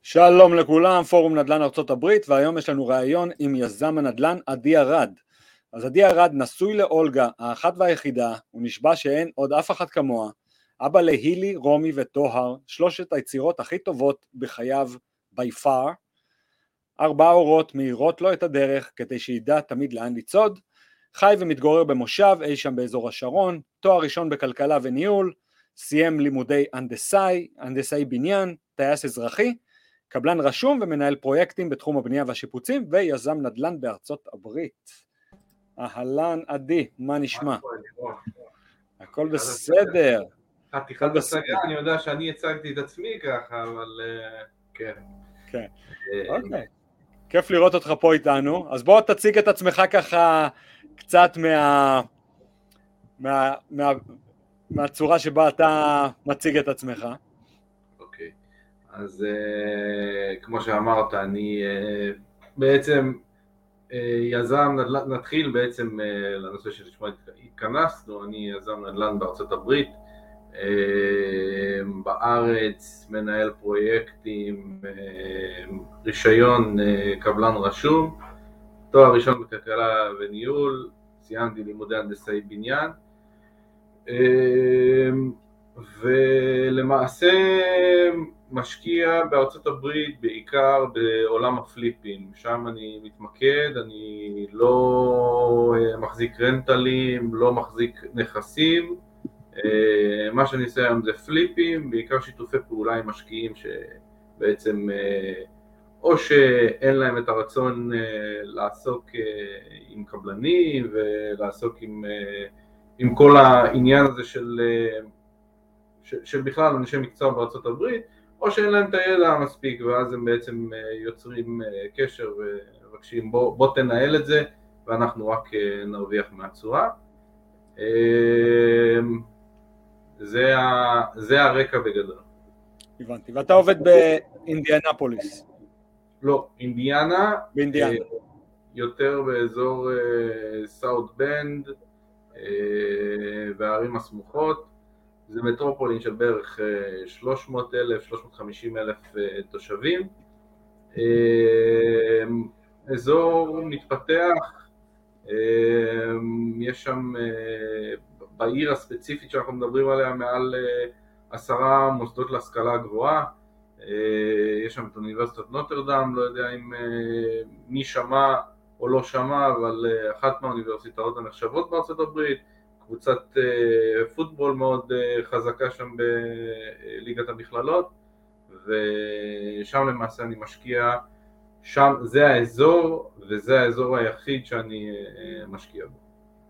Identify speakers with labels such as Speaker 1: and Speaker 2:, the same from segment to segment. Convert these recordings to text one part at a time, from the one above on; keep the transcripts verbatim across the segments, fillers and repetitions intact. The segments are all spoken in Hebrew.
Speaker 1: שלום לכולם, פורום נדל"ן ארצות הברית, והיום יש לנו ראיון עם יזם הנדל"ן עדי ארד. אז עדי ארד נשוי לאולגה, האחת והיחידה, הוא נשבע שאין עוד אף אחת כמוה, אבא להילי, רומי וטוהר, שלושת היצירות הכי טובות בחייו by far, ארבע אורות מאירות לו את הדרך כדי שידע תמיד לאן לצעוד, חי ומתגורר במושב אי שם באזור השרון, תואר ראשון בכלכלה וניהול, סיים לימודי הנדסאי, הנדסאי בניין, טייס אזרחי, קבלן רשום ומנהל פרויקטים בתחום הבנייה והשיפוצים ויזם נדל"ן בארצות הברית. אהלן עדי, מה נשמע? הכל בסדר.
Speaker 2: חתיכת הצגה, אני יודע שאני הצגתי את עצמי ככה, אבל כן.
Speaker 1: כן, אוקיי. כיף לראות אותך פה איתנו. אז בוא תציג את עצמך ככה קצת מה... מה... מה... מהצורה שבה אתה מציג את עצמך.
Speaker 2: אוקיי. אז uh, כמו שאמרת, אני uh, בעצם uh, יזם, נדל"ן, נתחיל בעצם uh, לנושא שלשמו התכנסנו, אני יזם נדל"ן בארצות הברית, uh, בארץ, מנהל פרויקטים, uh, רישיון uh, קבלן רשום, תואר ראשון בכלכלה וניהול, סיימתי לימודי הנדסאי בניין, uh, ולמעשה משקיע בארצות הברית בעיקר בעולם הפליפים, שם אני מתמקד, אני לא מחזיק רנטלים, לא מחזיק נכסים, מה שאני עושה היום זה פליפים, בעיקר שיתופי פעולה עם משקיעים שבעצם או שאין להם את הרצון לעסוק עם קבלנים ולעסוק עם, עם כל העניין הזה של של בכלל אנשי מקצוע בארצות הברית, או שאין להם את הידע מספיק, ואז הם בעצם יוצרים קשר ומבקשים בוא, בוא תנהל את זה, ואנחנו רק נרוויח מהצורה. זה, ה, זה הרקע בגדול.
Speaker 1: הבנתי, ואתה עובד באינדיאנפוליס?
Speaker 2: לא, אינדיאנה,
Speaker 1: באינדיאנה.
Speaker 2: יותר באזור סאוט בנד והערים הסמוכות. זה מטרופולין של בערך שלוש מאות אלף, שלוש מאות וחמישים אלף תושבים. אזור מתפתח, יש שם בעיר הספציפית שאנחנו מדברים עליה מעל עשרה מוסדות להשכלה גבוהה. יש שם את אוניברסיטת נוטרדם, לא יודע אם מי שמע או לא שמע, אבל אחת מהאוניברסיטאות הנחשבות בארצות הברית, קבוצת פוטבול מאוד חזקה שם בליגת המכללות, ושם למעשה אני משקיע, שם זה האזור, וזה האזור היחיד שאני משקיע בו.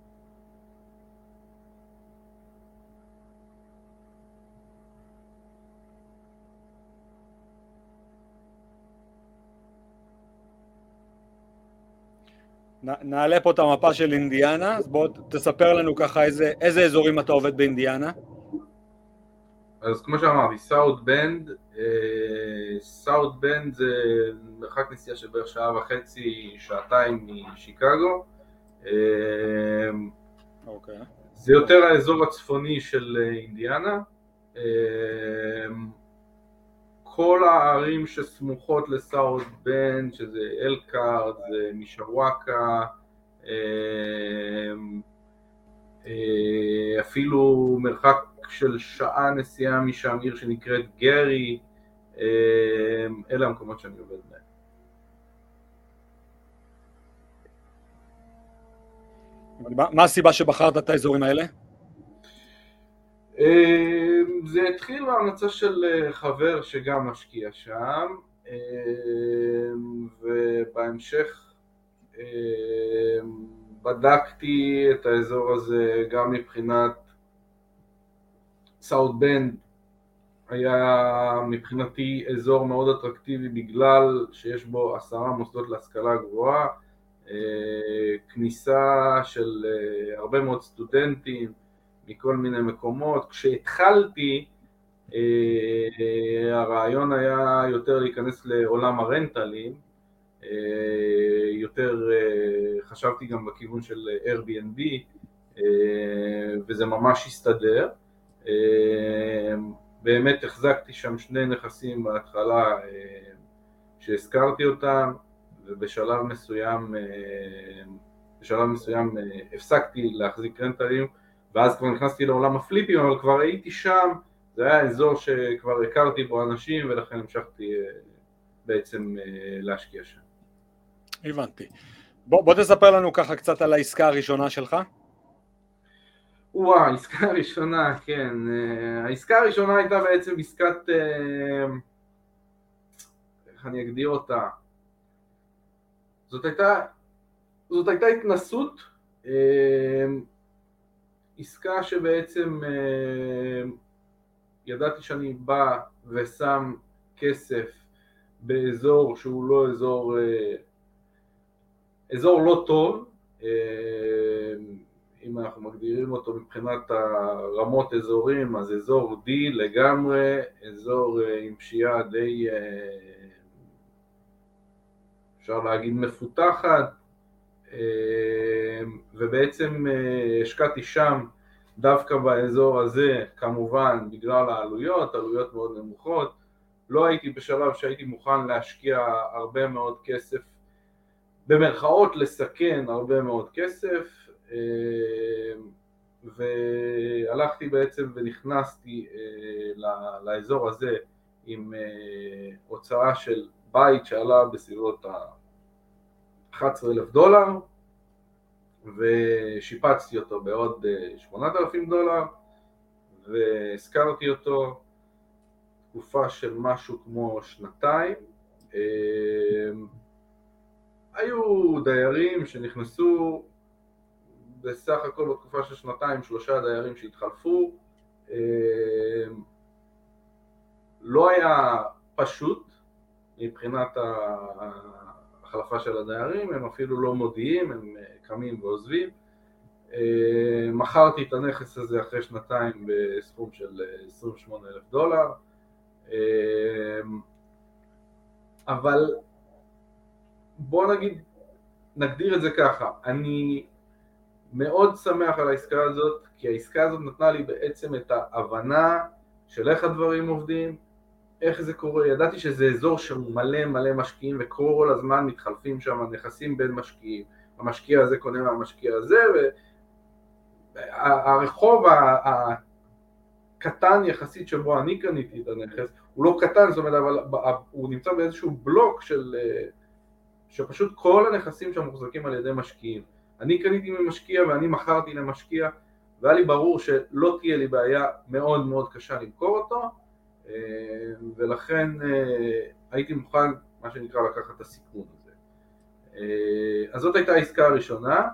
Speaker 1: נעלה פה את המפה של אינדיאנה, אז בוא תספר לנו ככה איזה, איזה אזורים אתה עובד באינדיאנה.
Speaker 2: אז כמו שאמרתי, סאוט בנד, סאוט בנד זה מרחק נסיעה של בערך שעה וחצי, שעתיים משיקגו.
Speaker 1: אוקיי.
Speaker 2: זה יותר האזור הצפוני של אינדיאנה. כל הערים שסמוכות לסאוט בנד, שזה אלקארד, זה מישוואקה, אפילו מרחק של שעה נסיעה משם, עיר שנקראת גרי, אלה המקומות שאני עובד בהם.
Speaker 1: מה הסיבה שבחרת את האזורים האלה?
Speaker 2: זה התחיל מהמלצה של חבר שגם משקיע שם, ובהמשך בדקתי את האזור הזה גם מבחינת סאוט בנד, היה מבחינתי אזור מאוד אטרקטיבי בגלל שיש בו עשרה מוסדות להשכלה גבוהה, כניסה של הרבה מאוד סטודנטים מכל מיני מקומות. כשהתחלתי, הרעיון היה יותר להיכנס לעולם הרנטלים, יותר חשבתי גם בכיוון של Airbnb, וזה ממש הסתדר. באמת החזקתי שם שני נכסים בהתחלה שהזכרתי אותם, ובשלב מסוים, בשלב מסוים הפסקתי להחזיק רנטלים, ואז כבר נכנסתי לעולם הפליפים, אבל כבר הייתי שם, זה היה אזור שכבר הכרתי בו אנשים, ולכן המשכתי בעצם להשקיע שם.
Speaker 1: הבנתי. בוא, בוא תספר לנו ככה קצת על העסקה הראשונה שלך.
Speaker 2: וואו, העסקה הראשונה, כן. העסקה הראשונה הייתה בעצם עסקת, איך אני אגדיר אותה? זאת הייתה, זאת הייתה התנסות, עסקה שבעצם ידעתי שאני בא ושם כסף באזור שהוא לא אזור, אזור לא טוב, אם אנחנו מגדירים אותו מבחינת הרמות אזורים, אז אזור D לגמרי, אזור עם פשיעה די, אפשר להגיד, מפותחת, ובעצם השקעתי שם דווקא באזור הזה, כמובן בגלל העלויות, עלויות מאוד נמוכות. לא הייתי בשלב שהייתי מוכן להשקיע הרבה מאוד כסף, במרכאות לסכן הרבה מאוד כסף, והלכתי בעצם ונכנסתי לאזור הזה עם הוצאה של בית שעלה בסביבות ה-אחד עשר אלף דולר, ושיפצתי אותו בעוד שמונת אלפים דולר, והזכרתי אותו תקופה של משהו כמו שנתיים. היו דיירים שנכנסו, בסך הכל בתקופה של שנתיים, שלושה דיירים שהתחלפו. לא היה פשוט מבחינת החלפה של הדיירים, הם אפילו לא מודיעים, הם קמים ועוזבים. מכרתי את הנכס הזה אחרי שנתיים בסכום של עשרים ושמונה אלף דולר, אבל בוא נגיד, נגדיר את זה ככה, אני מאוד שמח על העסקה הזאת, כי העסקה הזאת נתנה לי בעצם את ההבנה של איך הדברים עובדים, איך זה קורה. ידעתי שזה אזור שהוא מלא מלא משקיעים, וכל הזמן מתחלפים שם נכסים בין משקיעים, המשקיע הזה קונה מהמשקיע הזה, והרחוב הקטן יחסית שבו אני קניתי את הנכס, הוא לא קטן, זאת אומרת, אבל הוא נמצא באיזשהו בלוק של, שפשוט כל הנכסים שם מוחזקים על ידי משקיעים. אני קניתי ממשקיע ואני מכרתי למשקיע, והיה לי ברור שלא תהיה לי בעיה מאוד מאוד קשה למכור אותו, ולכן הייתי מוכן, מה שנקרא, לקחת את הסיכון הזה. אז זאת הייתה העסקה הראשונה.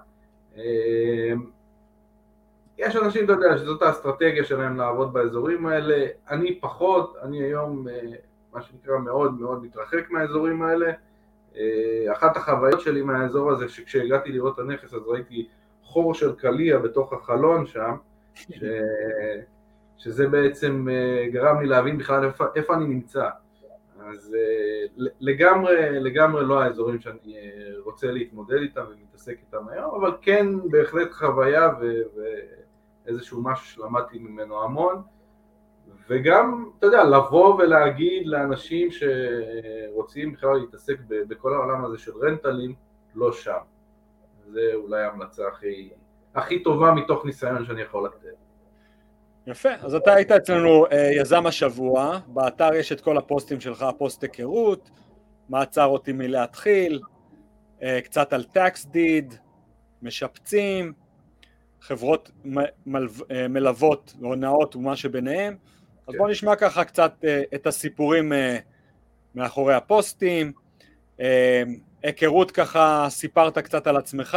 Speaker 2: יש אנשים, אתה יודע, שזאת האסטרטגיה שלהם לעבוד באזורים האלה. אני פחות, אני היום, מה שנקרא, מאוד מאוד מתרחק מהאזורים האלה. אחת החוויות שלי מהאזור הזה, שכשהגעתי לראות את הנכס, אז ראיתי חור של קליה בתוך החלון שם, ש... שזה בעצם גרם לי להבין בכלל איפה, איפה אני נמצא. אז לגמרי, לגמרי לא האזורים שאני רוצה להתמודד איתם ומתעסק איתם היום, אבל כן בהחלט חוויה ו... ואיזשהו משהו שלמדתי ממנו המון, וגם, אתה יודע, לבוא ולהגיד לאנשים שרוצים בכלל להתעסק בכל העולם הזה של רנטלים, לא שם. זה אולי ההמלצה הכי, הכי טובה מתוך ניסיון שאני יכול לתת.
Speaker 1: יפה, אז אתה היית אצלנו יזם השבוע, באתר יש את כל הפוסטים שלך, פוסט היכרות, מה עצר אותי מלהתחיל, קצת על טקס דיד, משפצים, חברות מלוות, הונאות ומה שביניהם. אז בוא נשמע ככה קצת את הסיפורים מאחורי הפוסטים, היכרות ככה, סיפרת קצת על עצמך,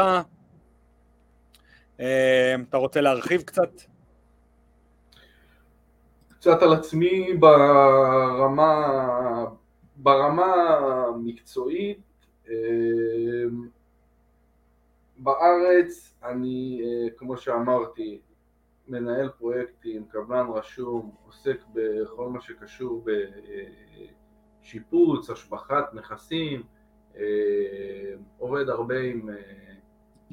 Speaker 1: אתה רוצה להרחיב קצת?
Speaker 2: קצת על עצמי ברמה, ברמה מקצועית. בארץ אני, כמו שאמרתי, מנהל פרויקטים, קבלן רשום, עוסק בכל מה שקשור בשיפוץ, השבחת נכסים, עובד הרבה עם,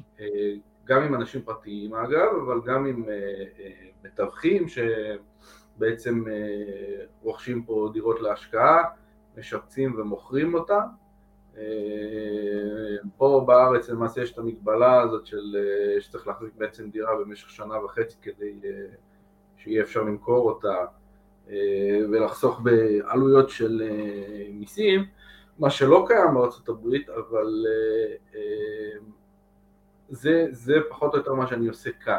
Speaker 2: גם עם אנשים פרטיים אגב, אבל גם עם מתווכים בעצם רוכשים פה דירות להשקעה, משפצים ומוכרים אותה. פה בארץ למעשה יש את המגבלה הזאת של שצריך להחזיק בעצם דירה במשך שנה וחצי כדי שיהיה אפשר למכור אותה ולחסוך בעלויות של מיסים, מה שלא קיים בארצות הברית, אבל זה, זה פחות או יותר מה שאני עושה כאן.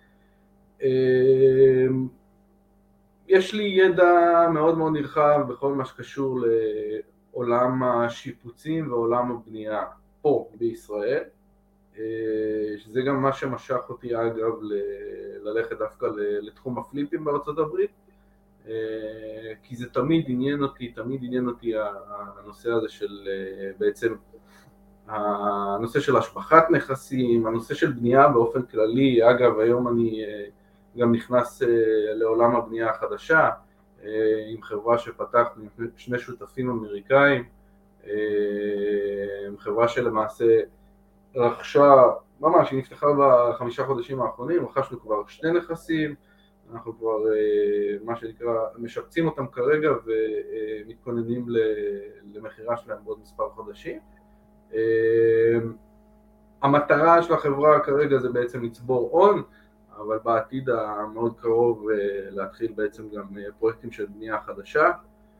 Speaker 2: יש לי ידע מאוד מאוד נרחב בכל מה שקשור לעולם השיפוצים ועולם הבנייה פה בישראל, שזה גם מה שמשך אותי אגב ללכת דווקא לתחום הפליפים בארצות הברית, כי זה תמיד עניין אותי, תמיד עניין אותי הנושא הזה של בעצם הנושא של השבחת נכסים, הנושא של בנייה באופן כללי. אגב, היום אני גם נכנס לעולם הבנייה החדשה עם חברה שפתחנו עם שני שותפים אמריקאים, חברה שלמעשה רכשה, ממש, היא נפתחה בחמישה חודשים האחרונים, רכשנו כבר שני נכסים, אנחנו כבר מה שנקרא משפצים אותם כרגע ומתכוננים למחירה שלהם בעוד מספר חודשים. המטרה של החברה כרגע זה בעצם לצבור הון, אבל בעתיד המאוד קרוב להתחיל בעצם גם פרויקטים של בנייה חדשה.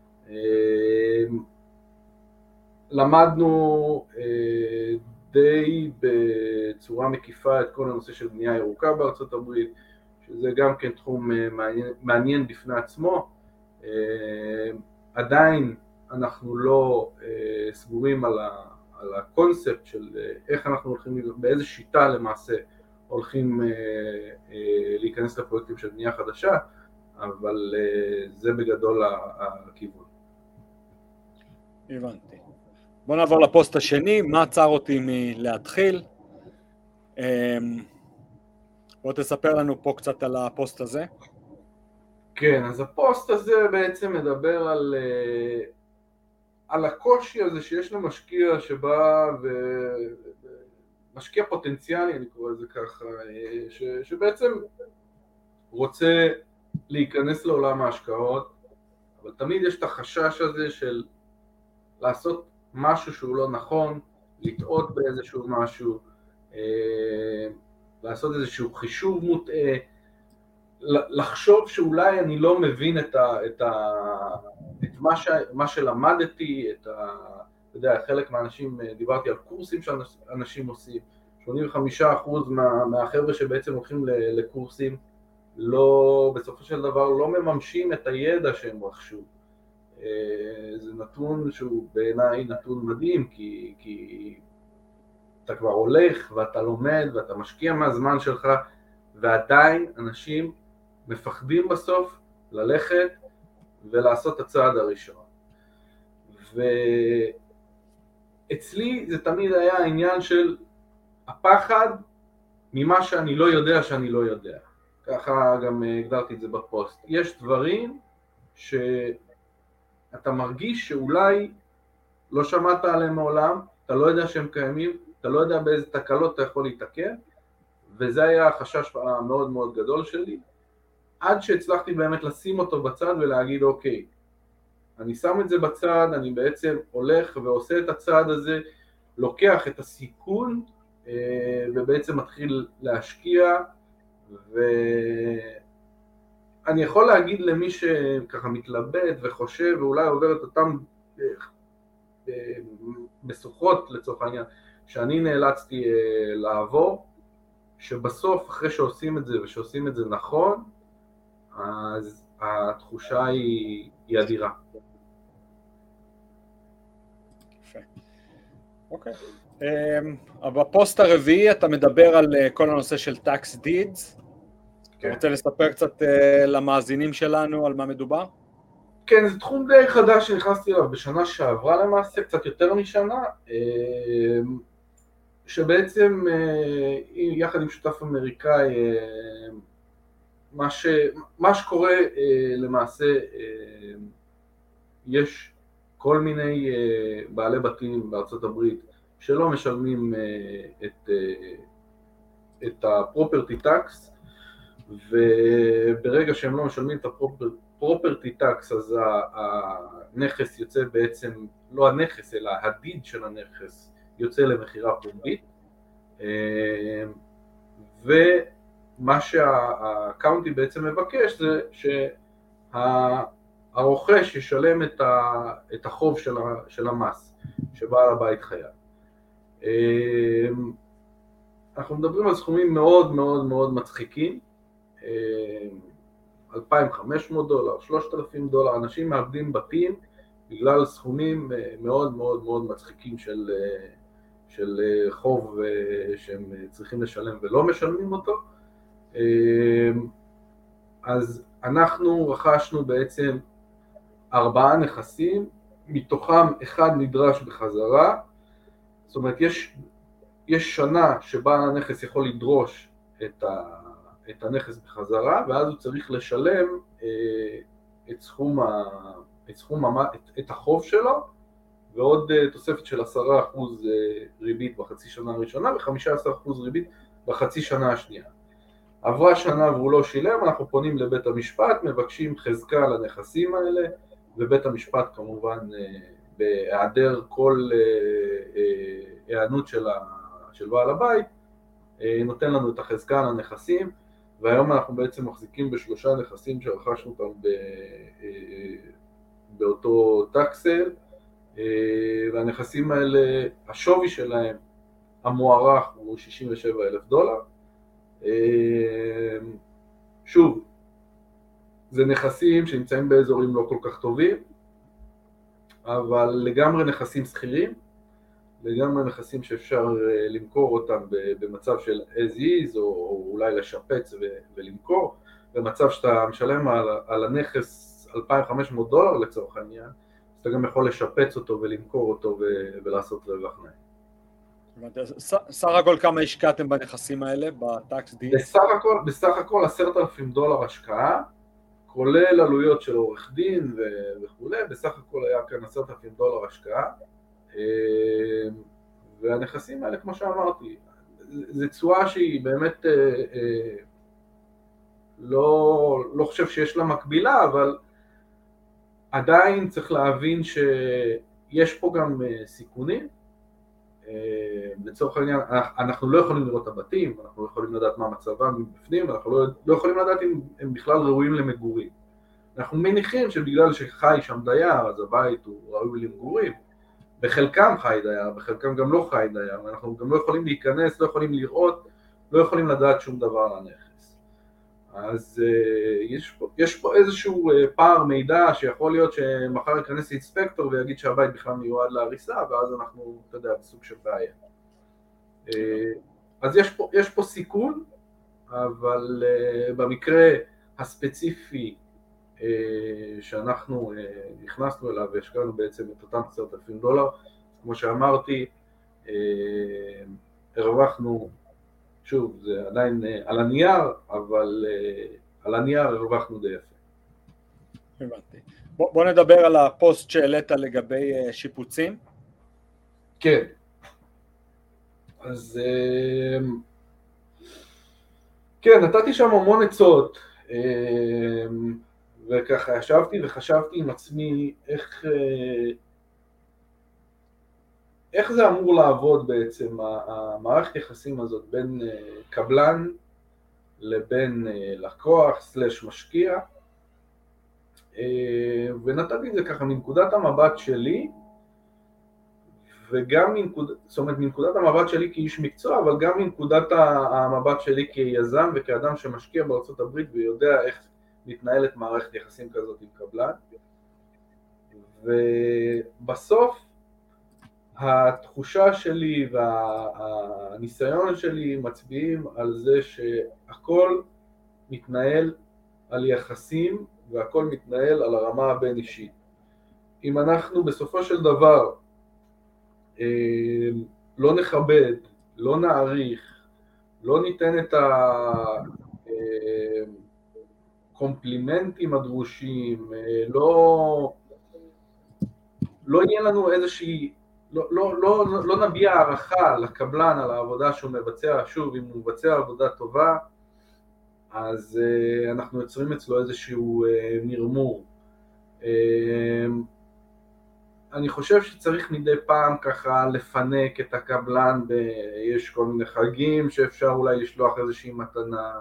Speaker 2: למדנו די בצורה מקיפה את כל הנושא של בנייה ירוקה בארצות הברית, שזה גם כן תחום מעניין, מעניין בפני עצמו. עדיין אנחנו לא סגורים על, ה, על הקונספט של איך אנחנו הולכים, באיזה שיטה למעשה הולכים להיכנס לפרויקטים של בנייה חדשה, אבל זה בגדול הכיוון.
Speaker 1: הבנתי. בוא נעבור לפוסט השני, מה עצר אותי מלהתחיל. בוא תספר לנו פה קצת על הפוסט הזה.
Speaker 2: כן, אז הפוסט הזה בעצם מדבר על, על הקושי הזה שיש למשקיע שבא, ומשקיע פוטנציאלי, אני קורא לזה ככה, ש, שבעצם רוצה להיכנס לעולם ההשקעות, אבל תמיד יש את החשש הזה של לעשות משהו שהוא לא נכון, לטעות באיזשהו משהו, לעשות איזשהו חישוב מוטעה, לחשוב שאולי אני לא מבין את, ה, את, ה, את מה, ש, מה שלמדתי, את ה, אתה יודע, חלק מהאנשים, דיברתי על קורסים שאנשים עושים, שמונים וחמישה אחוז מה, מהחבר'ה שבעצם הולכים לקורסים, לא, בסופו של דבר לא מממשים את הידע שהם רכשו. זה נתון שהוא בעיניי נתון מדהים, כי, כי אתה כבר הולך ואתה לומד ואתה משקיע מהזמן שלך, ועדיין אנשים מפחדים בסוף ללכת ולעשות את הצעד הראשון. ואצלי זה תמיד היה העניין של הפחד ממה שאני לא יודע שאני לא יודע. ככה גם הגדרתי את זה בפוסט. יש דברים שאתה מרגיש שאולי לא שמעת עליהם מעולם, אתה לא יודע שהם קיימים, אתה לא יודע באיזה תקלות אתה יכול להתעכב, וזה היה החשש המאוד מאוד גדול שלי, עד שהצלחתי באמת לשים אותו בצד ולהגיד אוקיי, אני שם את זה בצד, אני בעצם הולך ועושה את הצעד הזה, לוקח את הסיכון ובעצם מתחיל להשקיע, ואני יכול להגיד למי שככה מתלבט וחושב ואולי עובר את אותם משוכות לצורך העניין שאני נאלצתי לעבור, שבסוף אחרי שעושים את זה ושעושים את זה נכון, אז התחושה היא, היא אדירה.
Speaker 1: יפה. אוקיי. בפוסט הרביעי אתה מדבר על כל הנושא של tax deeds. אתה רוצה לספר קצת למאזינים שלנו על מה מדובר?
Speaker 2: כן, זה תחום די חדש שנכנסתי אליו בשנה שעברה למעשה, קצת יותר משנה, שבעצם יחד עם שותף אמריקאי, מה, ש, מה שקורה למעשה, יש כל מיני בעלי בתים בארצות הברית שלא משלמים את, את ה-property tax, וברגע שהם לא משלמים את הפרופרטי טקס, אז הנכס יוצא בעצם, לא הנכס אלא הדיד של הנכס יוצא למחירה פומבית, ומה שהקאונטי בעצם מבקש זה שהרוכש ישלם את החוב של המס שבעל הבית חייב. אנחנו מדברים על סכומים מאוד מאוד מאוד מצחיקים, אלפיים וחמש מאות דולר, שלושת אלפים דולר, אנשים מאבדים בתים בגלל סכומים מאוד מאוד מאוד מצחיקים של, של חוב שהם צריכים לשלם ולא משלמים אותו. אז אנחנו רכשנו בעצם ארבעה נכסים, מתוכם אחד נדרש בחזרה, זאת אומרת יש, יש שנה שבה הנכס יכול לדרוש את ה... את הנכס בחזרה, ואז הוא צריך לשלם אה, את סכום, ה, את, סכום ה, את, את החוב שלו, ועוד אה, תוספת של עשרה אחוז אה, ריבית בחצי שנה הראשונה, ו-חמישה עשר אחוז ריבית בחצי שנה השנייה. עברה שנה והוא לא שילם, אנחנו פונים לבית המשפט, מבקשים חזקה לנכסים האלה, ובית המשפט כמובן אה, בהיעדר כל אה, אה, הענות של, ה, של בעל הבית, אה, נותן לנו את החזקה לנכסים, והיום אנחנו בעצם מחזיקים בשלושה נכסים שרכשנו אותם באותו טקסל, והנכסים האלה, השווי שלהם המוערך הוא שישים ושבעה אלף דולר. שוב, זה נכסים שנמצאים באזורים לא כל כך טובים, אבל לגמרי נכסים סחירים, לגמרי נכסים שאפשר למכור אותם במצב של as is, או אולי לשפץ ולמכור, במצב שאתה משלם על, על הנכס אלפיים וחמש מאות דולר לצורך העניין, אז אתה גם יכול לשפץ אותו ולמכור אותו ולעשות רווח נאה.
Speaker 1: סך הכל כמה השקעתם בנכסים האלה, בטקס דיל?
Speaker 2: בסך הכל, בסך הכל עשרת אלפים דולר השקעה, כולל עלויות של עורך דין וכו', בסך הכל היה כאן עשרת אלפים דולר השקעה, והנכסים האלה, כמו שאמרתי, זו תשואה שהיא באמת לא, לא חושב שיש לה מקבילה, אבל עדיין צריך להבין שיש פה גם סיכונים. לצורך העניין, אנחנו לא יכולים לראות את הבתים, אנחנו לא יכולים לדעת מה מצבם מבפנים, אנחנו לא, לא יכולים לדעת אם הם בכלל ראויים למגורים. אנחנו מניחים שבגלל שחי שם דייר, אז הבית הוא ראוי למגורים. בחלקם חי דייר, בחלקם גם לא חי דייר, אנחנו גם לא יכולים להיכנס, לא יכולים לראות, לא יכולים לדעת שום דבר על הנכס. אז uh, יש פה, יש פה איזשהו uh, פער מידע שיכול להיות שמחר ייכנס אינספקטור ויגיד שהבית בכלל מיועד להריסה, ואז אנחנו, אתה יודע, בסוג של בעיה. Uh, אז יש פה, יש פה סיכון, אבל uh, במקרה הספציפי uh, שאנחנו uh, נכנסנו אליו והשקענו בעצם את אותם עשרת אלפים דולר, כמו שאמרתי, uh, הרווחנו, שוב, זה עדיין על הנייר, אבל על הנייר הרווחנו די יפה.
Speaker 1: הבנתי. בוא, בוא נדבר על הפוסט שהעלית לגבי שיפוצים.
Speaker 2: כן. אז כן, נתתי שם המון עצות, וככה ישבתי וחשבתי עם עצמי איך איך זה אמור לעבוד בעצם, המערכת יחסים הזאת בין קבלן לבין לקוח סלש משקיע, ונתתי את זה ככה מנקודת המבט שלי, וגם מנקודת, זאת אומרת מנקודת המבט שלי כאיש מקצוע, אבל גם מנקודת המבט שלי כיזם וכאדם שמשקיע בארצות הברית ויודע איך מתנהלת מערכת יחסים כזאת עם קבלן, ובסוף התחושה שלי והניסיון שלי מצביעים על זה שהכל מתנהל על יחסים והכל מתנהל על הרמה הבין אישית. אם אנחנו בסופו של דבר לא נכבד, לא נעריך, לא ניתן את הקומפלימנטים הדרושים, לא, לא יהיה לנו איזושהי לא, לא, לא, לא נביע הערכה לקבלן על העבודה שהוא מבצע, שוב, אם הוא מבצע עבודה טובה, אז אנחנו יוצרים אצלו איזשהו נרמור. אני חושב שצריך מדי פעם ככה לפנק את הקבלן, ב... יש כל מיני חגים שאפשר אולי לשלוח איזושהי מתנה,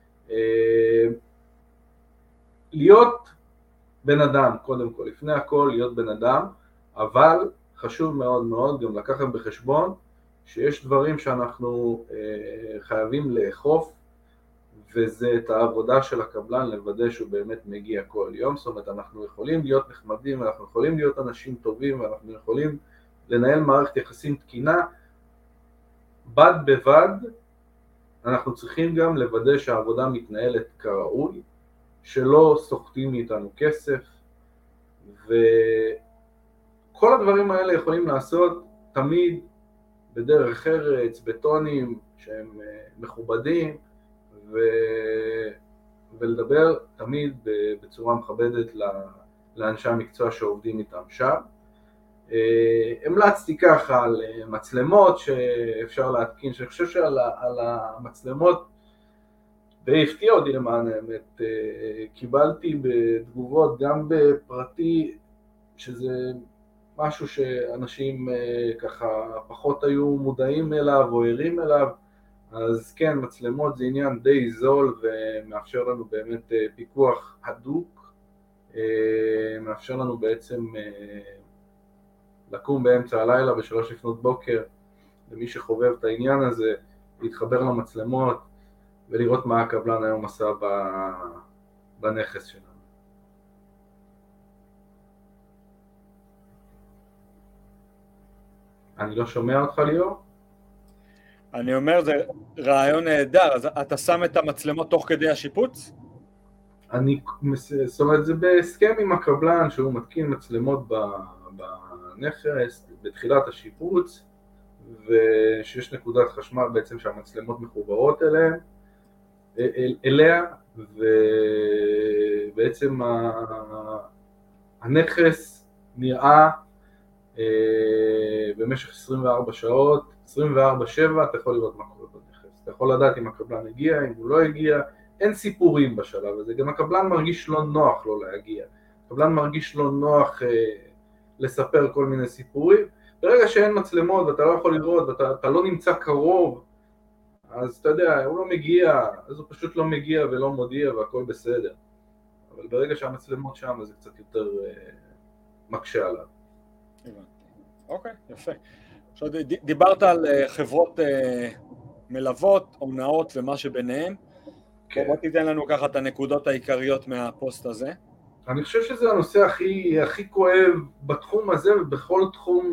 Speaker 2: להיות בן אדם, קודם כל, לפני הכל להיות בן אדם, אבל חשוב מאוד מאוד גם לקחת בחשבון שיש דברים שאנחנו חייבים לאכוף, וזה את העבודה של הקבלן לוודא שהוא באמת מגיע כל יום. זאת אומרת, אנחנו יכולים להיות נחמדים, אנחנו יכולים להיות אנשים טובים, ואנחנו יכולים לנהל מערכת יחסים תקינה, בד בבד אנחנו צריכים גם לוודא שהעבודה מתנהלת כראוי, שלא סוחטים מאיתנו כסף, וכל הדברים האלה יכולים לעשות תמיד בדרך ארץ, בטונים שהם מכובדים, ו... ולדבר תמיד בצורה מכבדת לאנשי המקצוע שעובדים איתם שם. המלצתי ככה על מצלמות שאפשר להתקין, שאני חושב שעל המצלמות די הפתיע אותי למען האמת, קיבלתי בתגובות גם בפרטי, שזה משהו שאנשים ככה פחות היו מודעים אליו או ערים אליו, אז כן, מצלמות זה עניין די זול ומאפשר לנו באמת פיקוח הדוק, מאפשר לנו בעצם לקום באמצע הלילה בשלוש לפנות בוקר, למי שחובב את העניין הזה, להתחבר למצלמות ולראות מה הקבלן היום עשה בנכס שלנו. אני לא שומע אותך ליאור?
Speaker 1: אני אומר, זה רעיון נהדר. אז אתה שם את המצלמות תוך כדי השיפוץ?
Speaker 2: אני, זאת אומרת, זה בהסכם עם הקבלן שהוא מתקין מצלמות בנכס בתחילת השיפוץ, ושיש נקודת חשמל בעצם שהמצלמות מחוברות אליהן, אל, אליה, ובעצם הנכס נראה במשך עשרים וארבע שעות, עשרים וארבע שבע, אתה יכול לראות מה קורה בנכס, אתה יכול לדעת אם הקבלן הגיע, אם הוא לא הגיע, אין סיפורים בשלב הזה, גם הקבלן מרגיש לא נוח לא להגיע, הקבלן מרגיש לא נוח אה, לספר כל מיני סיפורים, ברגע שאין מצלמות ואתה לא יכול לראות ואתה אתה לא נמצא קרוב, אז אתה יודע, הוא לא מגיע, אז הוא פשוט לא מגיע ולא מודיע והכל בסדר, אבל ברגע שהמצלמות שם זה קצת יותר אה, מקשה עליו.
Speaker 1: אוקיי, יפה. עכשיו דיברת על חברות מלוות, הונאות ומה שביניהם. כן. בוא תיתן לנו ככה את הנקודות העיקריות מהפוסט הזה.
Speaker 2: אני חושב שזה הנושא הכי, הכי כואב בתחום הזה ובכל תחום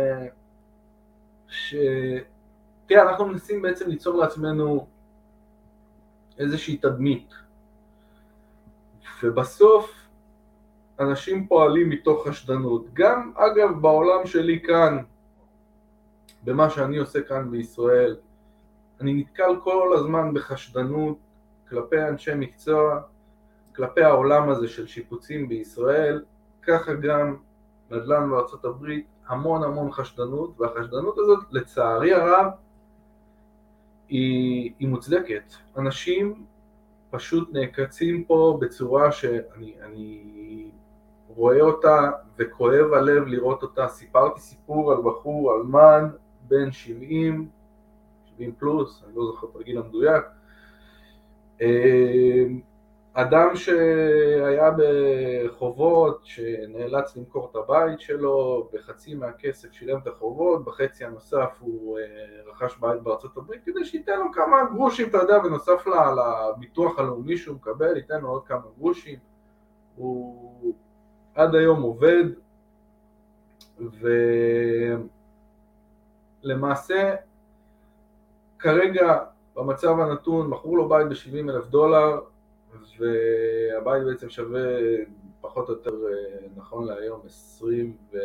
Speaker 2: ש... תראה, אנחנו מנסים בעצם ליצור לעצמנו איזושהי תדמית. ובסוף אנשים פועלים מתוך חשדנות. גם אגב בעולם שלי כאן, במה שאני עושה כאן בישראל, אני נתקל כל הזמן בחשדנות כלפי אנשי מקצוע, כלפי העולם הזה של שיפוצים בישראל, ככה גם נדל"ן בארצות הברית, המון המון חשדנות, והחשדנות הזאת לצערי הרב היא, היא מוצדקת. אנשים פשוט נעקצים פה בצורה שאני אני רואה אותה וכואב הלב לראות אותה. סיפרתי סיפור על בחור אלמן בן שבעים, שבעים פלוס, אני לא זוכר את הגיל המדויק, אדם שהיה בחובות, שנאלץ למכור את הבית שלו, בחצי מהכסף שילם את החובות, בחצי הנוסף הוא רכש בית בארצות הברית, כדי שייתן לו כמה גרושים, אתה יודע, ונוסף לביטוח הלאומי שהוא מקבל, ייתן לו עוד כמה גרושים. הוא עד היום עובד, ולמעשה כרגע במצב הנתון מכרו לו בית ב-שבעים אלף דולר, והבית בעצם שווה פחות או יותר נכון להיום עשרים ו...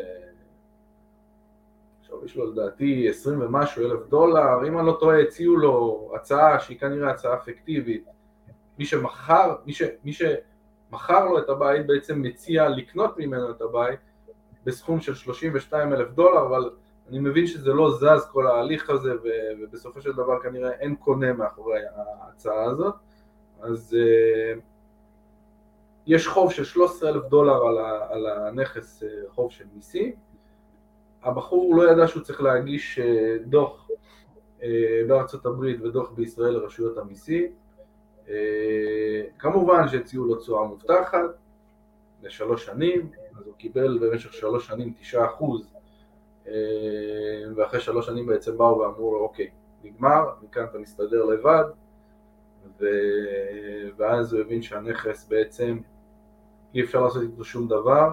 Speaker 2: עכשיו יש לו לדעתי עשרים ומשהו אלף דולר, אם אני לא טועה הציעו לו הצעה שהיא כנראה הצעה אפקטיבית, מי שמכר, מי, ש... מי שמכר לו את הבית בעצם מציע לקנות ממנו את הבית בסכום של שלושים ושניים אלף דולר, אבל אני מבין שזה לא זז כל ההליך הזה, ובסופו של דבר כנראה אין קונה מאחורי ההצעה הזאת, אז uh, יש חוב של שלושה עשר אלף דולר על, ה, על הנכס, uh, חוב של מיסים, הבחור לא ידע שהוא צריך להגיש uh, דוח uh, בארצות הברית ודוח בישראל לרשויות המיסים, uh, כמובן שהציעו לו תשואה מובטחת לשלוש שנים, אז הוא קיבל במשך שלוש שנים תשעה אחוז, uh, ואחרי שלוש שנים בעצם באו ואמרו לו אוקיי, נגמר, מכאן אתה מסתדר לבד, ו... ואז הוא הבין שהנכס בעצם אי אפשר לעשות איתו שום דבר.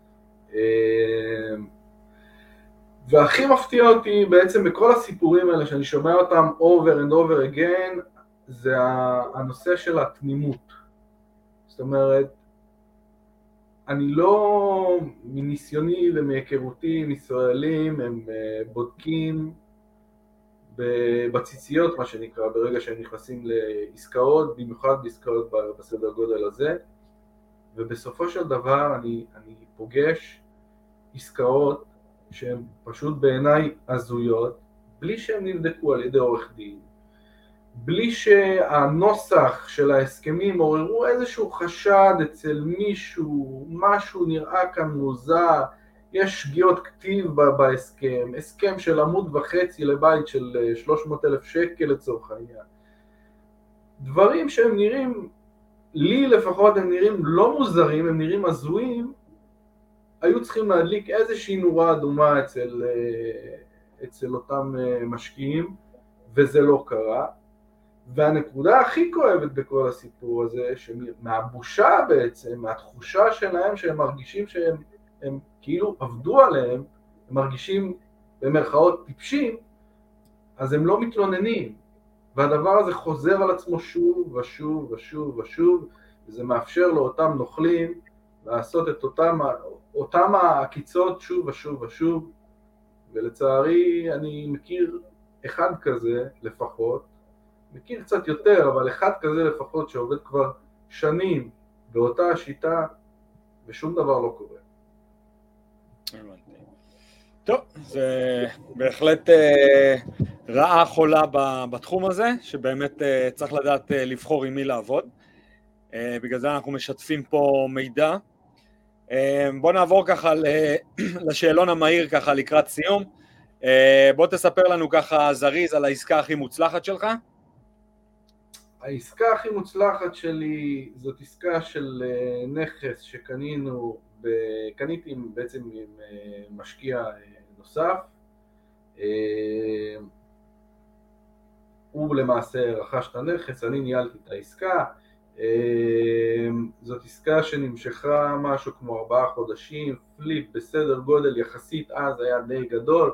Speaker 2: והכי מפתיע אותי בעצם בכל הסיפורים האלה שאני שומע אותם over and over again, זה הנושא של התמימות. זאת אומרת, אני לא, מניסיוני ומהיכרותי עם ישראלים, הם בודקים בציציות, מה שנקרא, ברגע שהם נכנסים לעסקאות, במיוחד בעסקאות בסדר גודל הזה, ובסופו של דבר אני, אני פוגש עסקאות שהן פשוט בעיניי הזויות, בלי שהן נבדקו על ידי עורך דין, בלי שהנוסח של ההסכמים עוררו איזשהו חשד אצל מישהו, משהו נראה כאן מוזר, יש שגיאות כתיב בהסכם, הסכם של עמוד וחצי לבית של שלוש מאות אלף שקל לצורך העניין. דברים שהם נראים, לי לפחות הם נראים לא מוזרים, הם נראים הזויים, היו צריכים להדליק איזושהי נורה אדומה אצל, אצל אותם משקיעים, וזה לא קרה. והנקודה הכי כואבת בכל הסיפור הזה, שמהבושה בעצם, מהתחושה שלהם שהם מרגישים שהם הם כאילו עבדו עליהם, הם מרגישים במרכאות טיפשים, אז הם לא מתלוננים. והדבר הזה חוזר על עצמו שוב ושוב ושוב ושוב, וזה מאפשר לאותם נוכלים לעשות את אותם, אותם העקיצות שוב ושוב ושוב, ולצערי אני מכיר אחד כזה לפחות, מכיר קצת יותר, אבל אחד כזה לפחות שעובד כבר שנים באותה השיטה, ושום דבר לא קורה.
Speaker 1: טוב, זה בהחלט אה, רעה חולה בתחום הזה, שבאמת אה, צריך לדעת אה, לבחור עם מי לעבוד. אה, בגלל זה אנחנו משתפים פה מידע. אה, בוא נעבור ככה לשאלון המהיר ככה לקראת סיום. אה, בוא תספר לנו ככה זריז על העסקה הכי מוצלחת שלך.
Speaker 2: העסקה הכי מוצלחת שלי זאת עסקה של נכס שקנינו, קניתי בעצם עם משקיע נוסף, הוא למעשה רכש את הנכס, אני ניהלתי את העסקה, זאת עסקה שנמשכה משהו כמו ארבעה חודשים, פליפ בסדר גודל יחסית אז היה די גדול,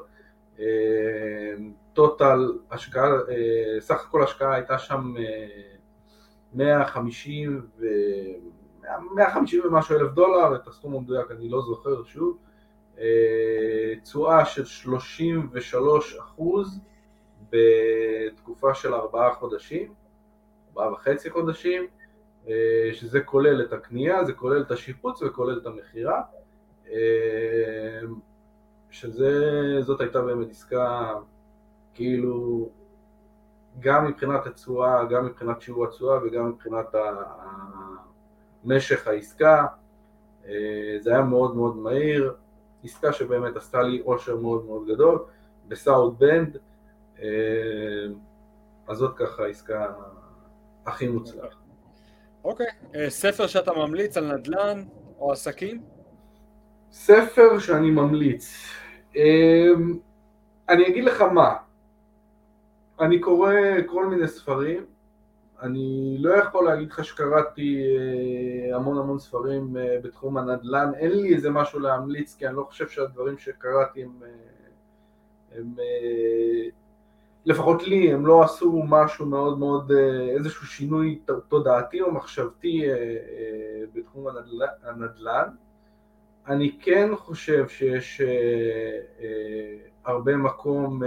Speaker 2: טוטל השקעה, סך הכל השקעה הייתה שם מאה וחמישים ו... מאה וחמישים ומשהו אלף דולר, את הסכום המדויק אני לא זוכר שוב, תשואה של שלושים ושלושה אחוז בתקופה של ארבעה חודשים, ארבעה וחצי חודשים, שזה כולל את הקנייה, זה כולל את השיפוץ וכולל את המחירה, שזאת הייתה באמת עסקה כאילו גם מבחינת התשואה, גם מבחינת שיעור התשואה וגם מבחינת משך העסקה, זה היה מאוד מאוד מהיר, עסקה שבאמת עשתה לי עושר מאוד מאוד גדול, בסאוט בנד, אז זאת ככה העסקה הכי מוצלחת.
Speaker 1: אוקיי, ספר שאתה ממליץ על נדל"ן או עסקים?
Speaker 2: ספר שאני ממליץ, אני אגיד לך מה, אני קורא כל מיני ספרים, אני לא יכול להגיד לך שקראתי המון המון ספרים בתחום הנדל"ן, אין לי איזה משהו להמליץ, כי אני לא חושב שהדברים שקראתי הם, הם לפחות לי, הם לא עשו משהו מאוד מאוד, איזשהו שינוי תודעתי או מחשבתי בתחום הנדל"ן. אני כן חושב שיש הרבה מקום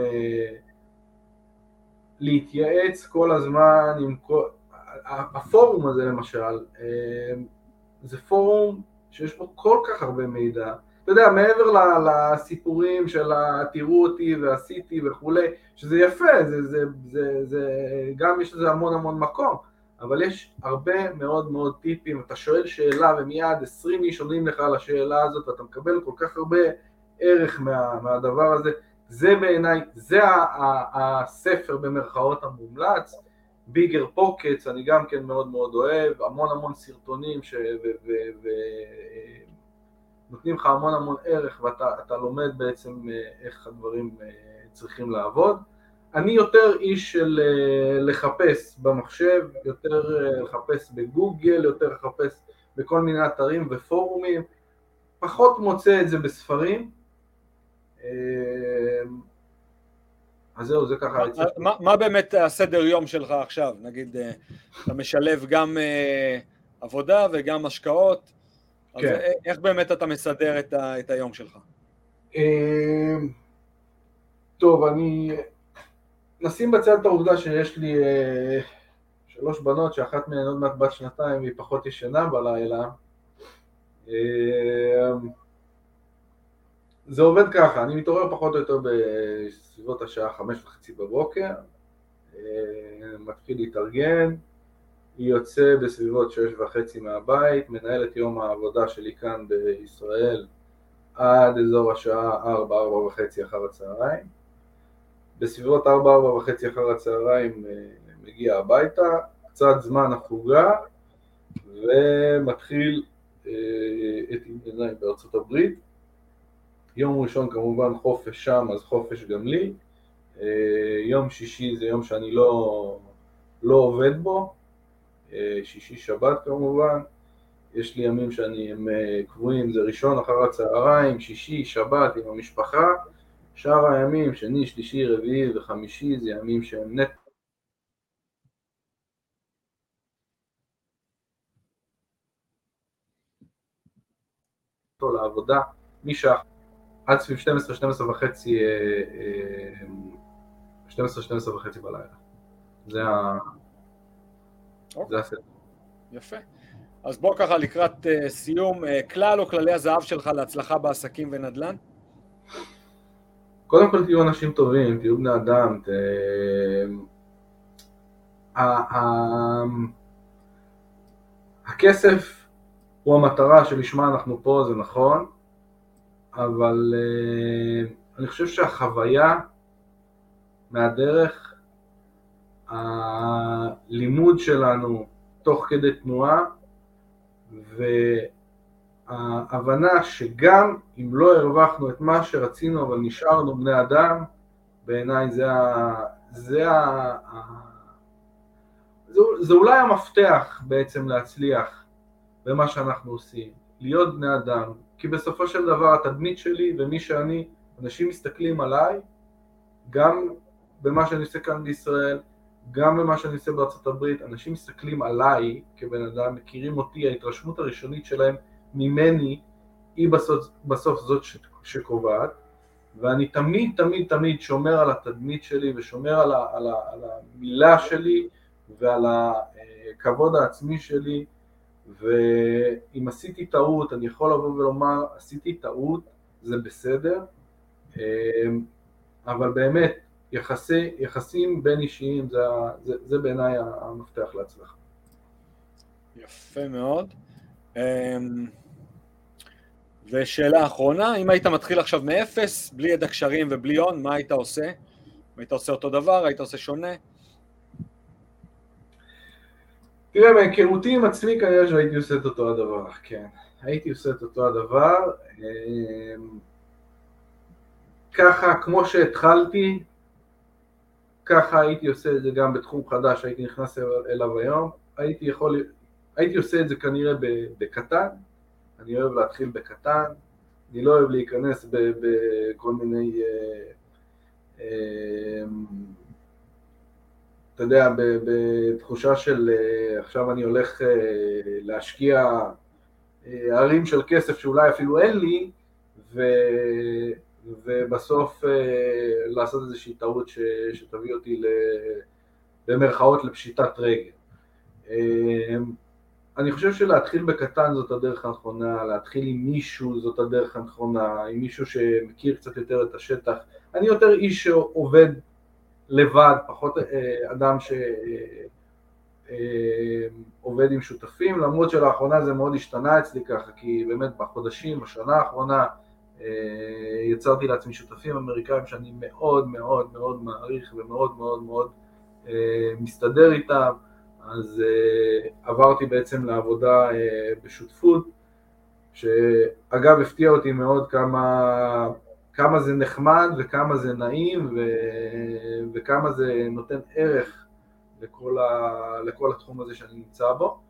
Speaker 2: להתייעץ כל הזמן עם כל... הפורום הזה למשל, זה פורום שיש בו כל כך הרבה מידע. אתה יודע, מעבר לסיפורים של תראו אותי ועשיתי וכולי, שזה יפה, זה, זה, זה, זה, גם יש לזה המון המון מקום, אבל יש הרבה מאוד מאוד טיפים, אתה שואל שאלה ומיד עשרים איש עונים לך על השאלה הזאת, ואתה מקבל כל כך הרבה ערך מה, מהדבר הזה. זה בעיניי, זה הספר במרכאות המומלץ. ביגר פוקטס, אני גם כן מאוד מאוד אוהב, המון המון סרטונים ש... ו... ו... ו... נותנים לך המון המון ערך, ואתה לומד בעצם איך הדברים צריכים לעבוד. אני יותר איש של לחפש במחשב, יותר לחפש בגוגל, יותר לחפש בכל מיני אתרים ופורומים, פחות מוצא את זה בספרים. אז זהו, זה ככה.
Speaker 1: מה, מה באמת הסדר יום שלך עכשיו? נגיד, אתה משלב גם עבודה וגם השקעות, אז כן. איך באמת אתה מסדר את, ה, את היום שלך?
Speaker 2: טוב, אני נשים בצד את העובדה שיש לי שלוש בנות, שאחת מהן עוד מעט בת שנתיים והיא פחות ישנה בלילה. זה עובד ככה, אני מתעורר פחות או יותר בסביבות השעה חמש וחצי בבוקר, מתחיל להתארגן, היא יוצא בסביבות שש וחצי מהבית, מנהל את יום העבודה שלי כאן בישראל עד אזור השעה ארבע, ארבע וחצי אחר הצהריים. בסביבות ארבע, ארבע וחצי אחר הצהריים מגיע הביתה, קצת זמן החוגה, ומתחיל את ענייניי בארצות הברית. יום ראשון כמובן חופש שם, אז חופש גם לי. יום שישי זה יום שאני לא, לא עובד בו, שישי שבת כמובן. יש לי ימים שאני הם קבועים, זה ראשון אחר הצהריים, שישי, שבת עם המשפחה. שאר הימים, שני, שלישי, רביעי וחמישי, זה ימים שהם נט. לעבודה, משעה עד סביב שתים עשרה, שתים עשרה וחצי, שתים עשרה, שתים עשרה וחצי בלילה. זה ה... זה הסדר.
Speaker 1: יפה. אז בוא ככה לקראת סיום, כלל או כללי הזהב שלך להצלחה בעסקים ונדל"ן?
Speaker 2: קודם כל תהיו אנשים טובים, תהיו בני אדם, ת... הכסף הוא המטרה שלשמה אנחנו פה, זה נכון, אבל אני חושב שהחוויה מהדרך, הלימוד שלנו תוך כדי תנועה, וההבנה שגם אם לא הרווחנו את מה שרצינו, אבל נשארנו בני אדם, בעיניי זה, ה... זה, ה... זה, זה אולי המפתח בעצם להצליח במה שאנחנו עושים, להיות בני אדם, כי בסופו של דבר התדמית שלי ומי שאני, אנשים מסתכלים עליי, גם במה שאני עושה כאן בישראל, גם במה שאני עושה בארצות הברית, אנשים מסתכלים עליי כבן אדם, מכירים אותי, ההתרשמות הראשונית שלהם ממני היא בסוף, בסוף זאת שקובעת, ואני תמיד תמיד תמיד שומר על התדמית שלי ושומר על, ה, על, ה, על המילה שלי ועל הכבוד העצמי שלי, ואם עשיתי טעות אני יכול לבוא ולומר עשיתי טעות, זה בסדר, אבל באמת יחסי, יחסים בין אישיים זה, זה, זה בעיניי המפתח להצלחה.
Speaker 1: יפה מאוד. ושאלה אחרונה, אם היית מתחיל עכשיו מאפס, בלי ידע קשרים ובלי הון, מה היית עושה? היית עושה אותו דבר? היית עושה שונה?
Speaker 2: תראה, מהיכרותי עם עצמי כנראה שהייתי עושה את אותו הדבר, כן. הייתי עושה את אותו הדבר. ככה, כמו שהתחלתי, ככה הייתי עושה את זה גם בתחום חדש, הייתי נכנס אליו היום. הייתי יכול, הייתי עושה את זה כנראה בקטן. אני אוהב להתחיל בקטן, אני לא אוהב להיכנס בכל מיני, אתה יודע, בתחושה של עכשיו אני הולך להשקיע ערים של כסף שאולי אפילו אין לי, ובסוף לעשות איזושהי טעות שתביא אותי במרכאות לפשיטת רגל. אני חושב שלהתחיל בקטן זאת הדרך הנכונה, להתחיל עם מישהו זאת הדרך הנכונה, עם מישהו שמכיר קצת יותר את השטח. אני יותר איש שעובד לבד, פחות אדם עובד עם שותפים, למרות שלאחרונה זה מאוד השתנה אצלי ככה, כי באמת בחודשים, בשנה האחרונה, יצרתי לעצמי שותפים אמריקאים שאני מאוד מאוד מאוד מעריך ומאוד מאוד מאוד מסתדר איתם, אז עברתי בעצם לעבודה בשותפות, שאגב הפתיע אותי מאוד כמה, כמה זה נחמד וכמה זה נעים ו, וכמה זה נותן ערך לכל, ה, לכל התחום הזה שאני נמצא בו.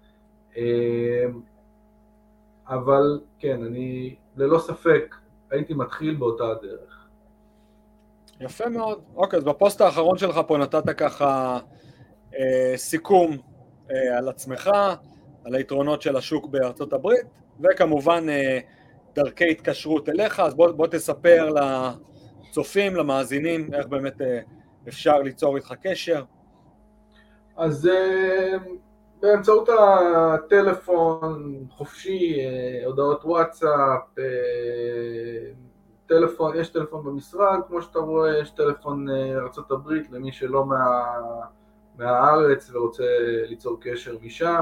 Speaker 2: אבל כן, אני ללא ספק הייתי מתחיל באותה הדרך.
Speaker 1: יפה מאוד. אוקיי, אז בפוסט האחרון שלך פה נתת ככה אה, סיכום אה, על עצמך, על היתרונות של השוק בארצות הברית, וכמובן אה, דרכי התקשרות אליך, אז בוא, בוא תספר לצופים, למאזינים, איך באמת אה, אפשר ליצור איתך קשר.
Speaker 2: אז אה, באמצעות הטלפון חופשי, אה, הודעות וואטסאפ, אה, טלפון, יש טלפון במשרד, כמו שאתה רואה, יש טלפון ארצות הברית למי שלא מה, מהארץ ורוצה ליצור קשר משם.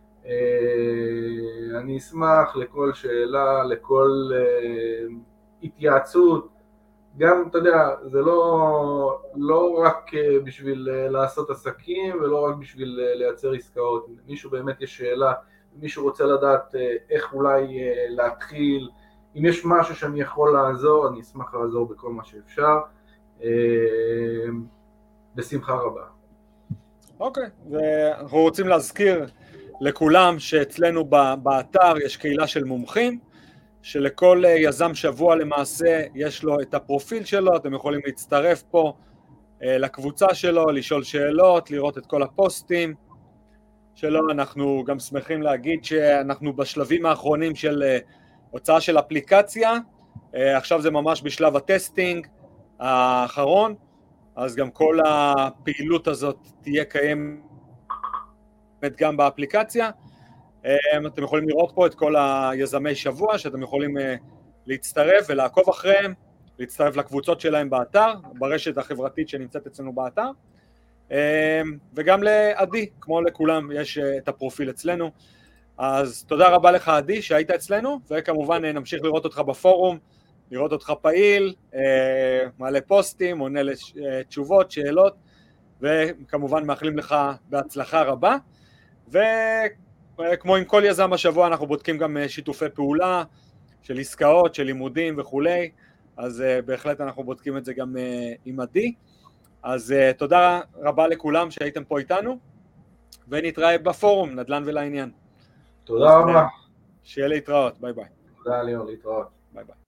Speaker 2: אני אשמח לכל שאלה, לכל התייעצות, גם, אתה יודע, זה לא, לא רק בשביל לעשות עסקים ולא רק בשביל לייצר עסקאות. מישהו באמת יש שאלה, מישהו רוצה לדעת איך אולי להתחיל, אם יש משהו שאני יכול לעזור, אני אשמח לעזור בכל מה שאפשר, בשמחה רבה.
Speaker 1: אוקיי, ואנחנו רוצים להזכיר לכולם שאצלנו באתר יש קהילה של מומחים, שלכל יזם שבוע למעשה יש לו את הפרופיל שלו, אתם יכולים להצטרף פה לקבוצה שלו, לשאול שאלות, לראות את כל הפוסטים שלו. אנחנו גם שמחים להגיד שאנחנו בשלבים האחרונים של הוצאה של אפליקציה, עכשיו זה ממש בשלב הטסטינג האחרון, אז גם כל הפעילות הזאת תהיה קיימת גם באפליקציה. אתם יכולים לראות פה את כל היזמי שבוע שאתם יכולים להצטרף ולעקוב אחריהם, להצטרף לקבוצות שלהם באתר, ברשת החברתית שנמצאת אצלנו באתר, וגם לעדי, כמו לכולם, יש את הפרופיל אצלנו. אז תודה רבה לך עדי שהיית אצלנו, וכמובן נמשיך לראות אותך בפורום, לראות אותך פעיל, מעלה פוסטים, עונה לתשובות, שאלות, וכמובן מאחלים לך בהצלחה רבה. וכמו עם כל יזם השבוע אנחנו בודקים גם שיתופי פעולה של עסקאות, של לימודים וכולי, אז בהחלט אנחנו בודקים את זה גם עם עדי. אז תודה רבה לכולם שהייתם פה איתנו, ונתראה בפורום נדל"ן ולעניין.
Speaker 2: תודה רבה.
Speaker 1: שיהיה להתראות, ביי ביי.
Speaker 2: תודה ליאור, להתראות.
Speaker 1: ביי ביי.